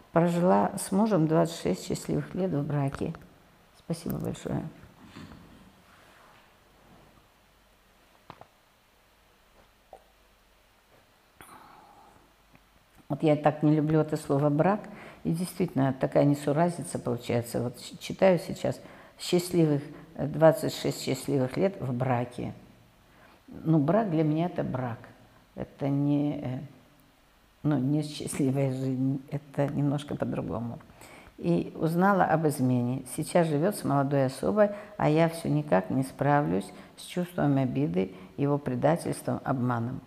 Прожила с мужем 26 счастливых лет в браке. Спасибо большое. Вот я так не люблю это слово «брак», и действительно такая несуразица получается. Вот читаю сейчас 26 счастливых лет в браке. Ну, брак для меня – это брак. Это не счастливая жизнь, это немножко по-другому. И узнала об измене. Сейчас живет с молодой особой, а я все никак не справлюсь с чувством обиды, его предательством, обманом.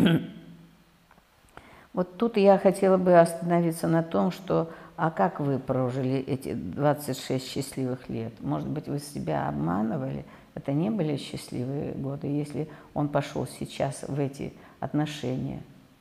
Вот тут я хотела бы остановиться на том, что, а как вы прожили эти 26 счастливых лет? Может быть, вы себя обманывали? Это не были счастливые годы, если он пошел сейчас в эти отношения,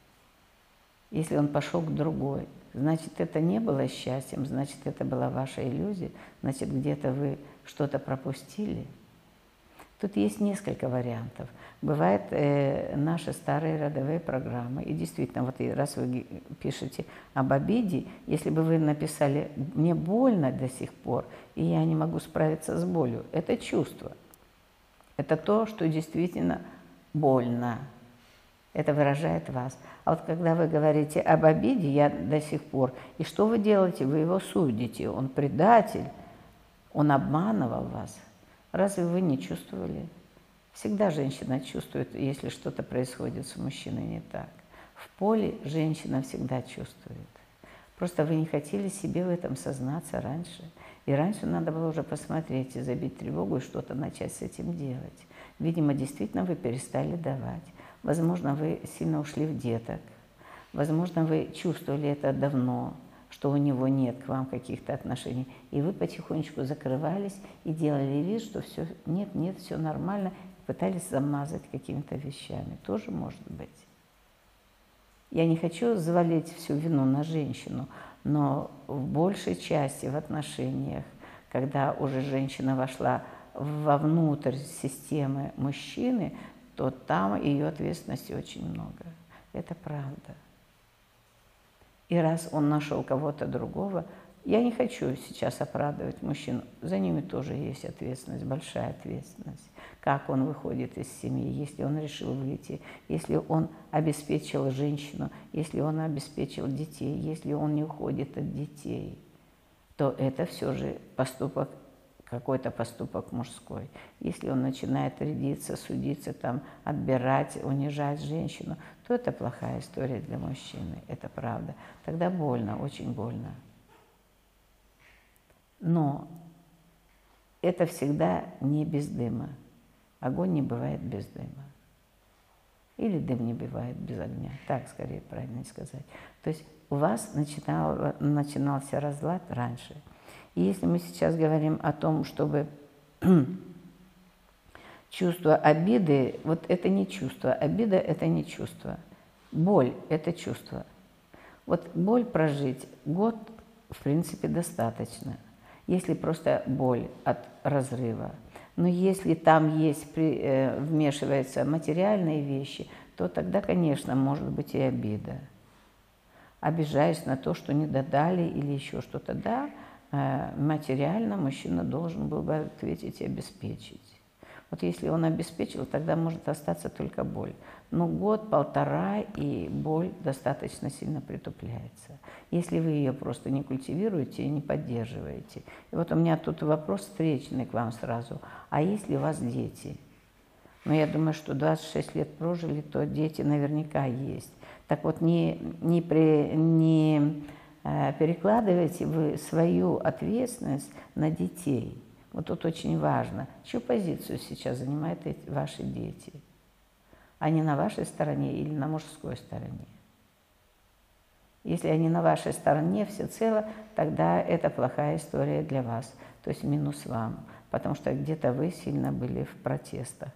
если он пошел к другой. Значит, это не было счастьем, значит, это была ваша иллюзия, значит, где-то вы что-то пропустили. Тут есть несколько вариантов. Бывают наши старые родовые программы. И действительно, вот раз вы пишете об обиде, если бы вы написали «мне больно до сих пор, и я не могу справиться с болью», это чувство. Это то, что действительно больно. Это выражает вас. А вот когда вы говорите об обиде, я до сих пор, и что вы делаете? Вы его судите. Он предатель, он обманывал вас. Разве вы не чувствовали? Всегда женщина чувствует, если что-то происходит с мужчиной не так. В поле женщина всегда чувствует. Просто вы не хотели себе в этом сознаться раньше. И раньше надо было уже посмотреть и забить тревогу, и что-то начать с этим делать. Видимо, действительно вы перестали давать. Возможно, вы сильно ушли в деток. Возможно, вы чувствовали это давно, что у него нет к вам каких-то отношений. И вы потихонечку закрывались и делали вид, что все нет, все нормально. Пытались замазать какими-то вещами. Тоже может быть. Я не хочу завалить всю вину на женщину, но в большей части в отношениях, когда уже женщина вошла вовнутрь системы мужчины, то там ее ответственности очень много. Это правда. И раз он нашел кого-то другого, я не хочу сейчас оправдывать мужчин, за ними тоже есть ответственность, большая ответственность. Как он выходит из семьи, если он решил выйти, если он обеспечил женщину, если он обеспечил детей, если он не уходит от детей, то это все же поступок, какой-то поступок мужской. Если он начинает рядиться, судиться, там, отбирать, унижать женщину, то это плохая история для мужчины, это правда. Тогда больно, очень больно. Но это всегда не без дыма. Огонь не бывает без дыма. Или дым не бывает без огня. Так, скорее, правильно сказать. То есть у вас начинался разлад раньше. И если мы сейчас говорим о том, чтобы чувство обиды, вот это не чувство. Обида – это не чувство. Боль – это чувство. Вот боль прожить год, в принципе, достаточно. Если просто боль от разрыва. Но если там есть, вмешиваются материальные вещи, то тогда, конечно, может быть и обида. Обижаясь на то, что не додали или еще что-то, да, материально мужчина должен был бы ответить и обеспечить. Вот если он обеспечил, тогда может остаться только боль. Но год-полтора, и боль достаточно сильно притупляется. Если вы ее просто не культивируете и не поддерживаете. И вот у меня тут вопрос встречный к вам сразу. А если у вас дети? Ну, я думаю, что 26 лет прожили, то дети наверняка есть. Так вот, не перекладывайте вы свою ответственность на детей. Вот тут очень важно, чью позицию сейчас занимают ваши дети. Они на вашей стороне или на мужской стороне. Если они на вашей стороне всецело, тогда это плохая история для вас, то есть минус вам, потому что где-то вы сильно были в протестах.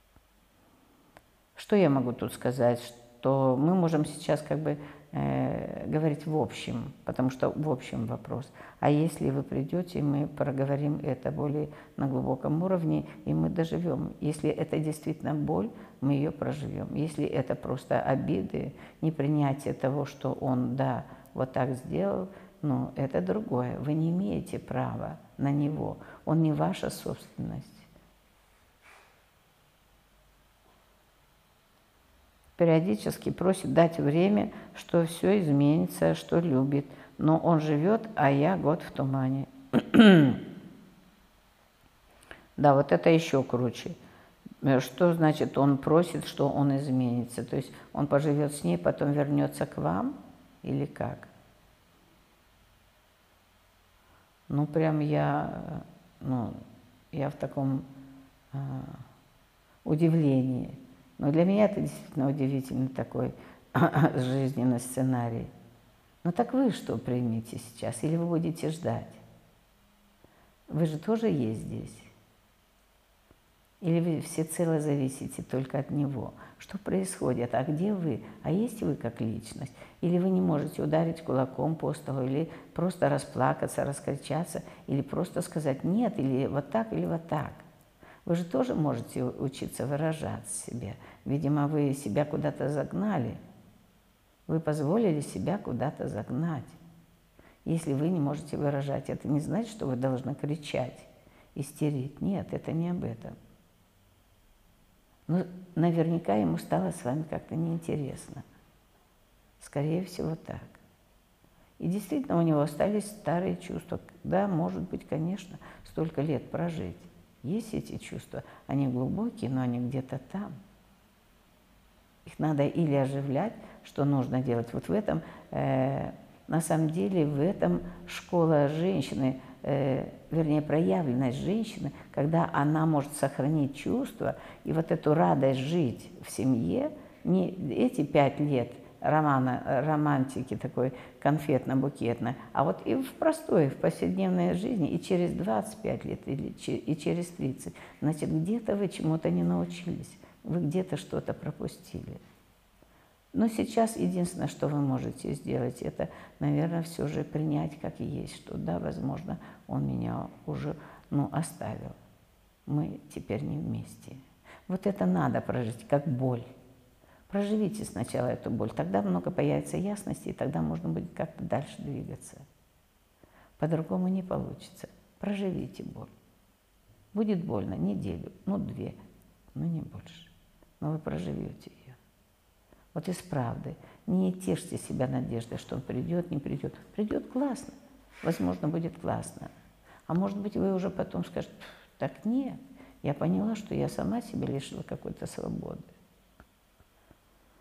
Что я могу тут сказать? Что мы можем сейчас как бы говорить в общем, потому что в общем вопрос. А если вы придете, мы проговорим это более на глубоком уровне, и мы доживем. Если это действительно боль, мы ее проживем. Если это просто обиды, непринятие того, что он, да, вот так сделал, ну, это другое. Вы не имеете права на него. Он не ваша собственность. Периодически просит дать время, что все изменится, что любит. Но он живет, а я год в тумане. Да, вот это еще круче. Что значит он просит, что он изменится? То есть он поживет с ней, потом вернется к вам? Или как? Ну, прям я в таком удивлении. Но для меня это действительно удивительный такой жизненный сценарий. Ну так вы что примете сейчас? Или вы будете ждать? Вы же тоже есть здесь. Или вы всецело зависите только от него? Что происходит? А где вы? А есть вы как личность? Или вы не можете ударить кулаком по столу, или просто расплакаться, раскричаться, или просто сказать «нет», или вот так, или вот так? Вы же тоже можете учиться выражать себя. Видимо, вы себя куда-то загнали. Вы позволили себя куда-то загнать. Если вы не можете выражать, это не значит, что вы должны кричать, истерить. Нет, это не об этом. Но наверняка ему стало с вами как-то неинтересно. Скорее всего, так. И действительно, у него остались старые чувства. Да, может быть, конечно, столько лет прожить. Есть эти чувства, они глубокие, но они где-то там. Их надо или оживлять, что нужно делать. Вот в этом, на самом деле, в этом школа женщины, вернее, проявленность женщины, когда она может сохранить чувства и вот эту радость жить в семье, не эти 5 лет романтики такой конфетно-букетной, а вот и в простой, в повседневной жизни, и через 25 лет, и через 30. Значит, где-то вы чему-то не научились, вы где-то что-то пропустили. Но сейчас единственное, что вы можете сделать, это, наверное, все же принять как есть, что да, возможно, он меня уже оставил. Мы теперь не вместе. Вот это надо прожить, как боль. Проживите сначала эту боль, тогда много появится ясности, и тогда можно будет как-то дальше двигаться. По-другому не получится. Проживите боль. Будет больно неделю, 2, не больше. Но вы проживете ее. Вот из правды. Не тешьте себя надеждой, что он придет, не придет. Придет классно. Возможно, будет классно. А может быть, вы уже потом скажете, так нет, я поняла, что я сама себя лишила какой-то свободы.